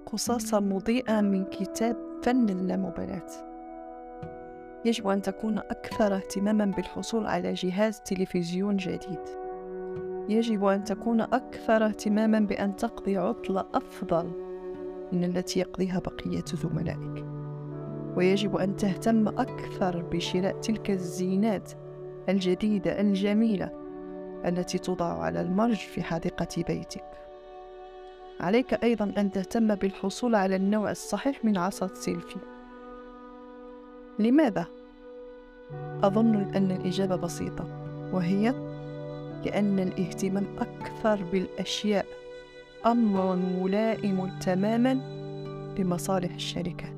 قصاصة مضيئة من كتاب فن اللامبالاة. يجب أن تكون أكثر اهتماماً بالحصول على جهاز تلفزيون جديد. يجب أن تكون أكثر اهتماماً بأن تقضي عطلة أفضل من التي يقضيها بقية زملائك. ويجب أن تهتم أكثر بشراء تلك الزينات الجديدة الجميلة التي توضع على المرج في حديقة بيتك. عليك أيضا أن تهتم بالحصول على النوع الصحيح من عصا سيلفي. لماذا؟ أظن أن الإجابة بسيطة، وهي لأن الاهتمام أكثر بالأشياء أمر ملائم تماما لمصالح الشركات.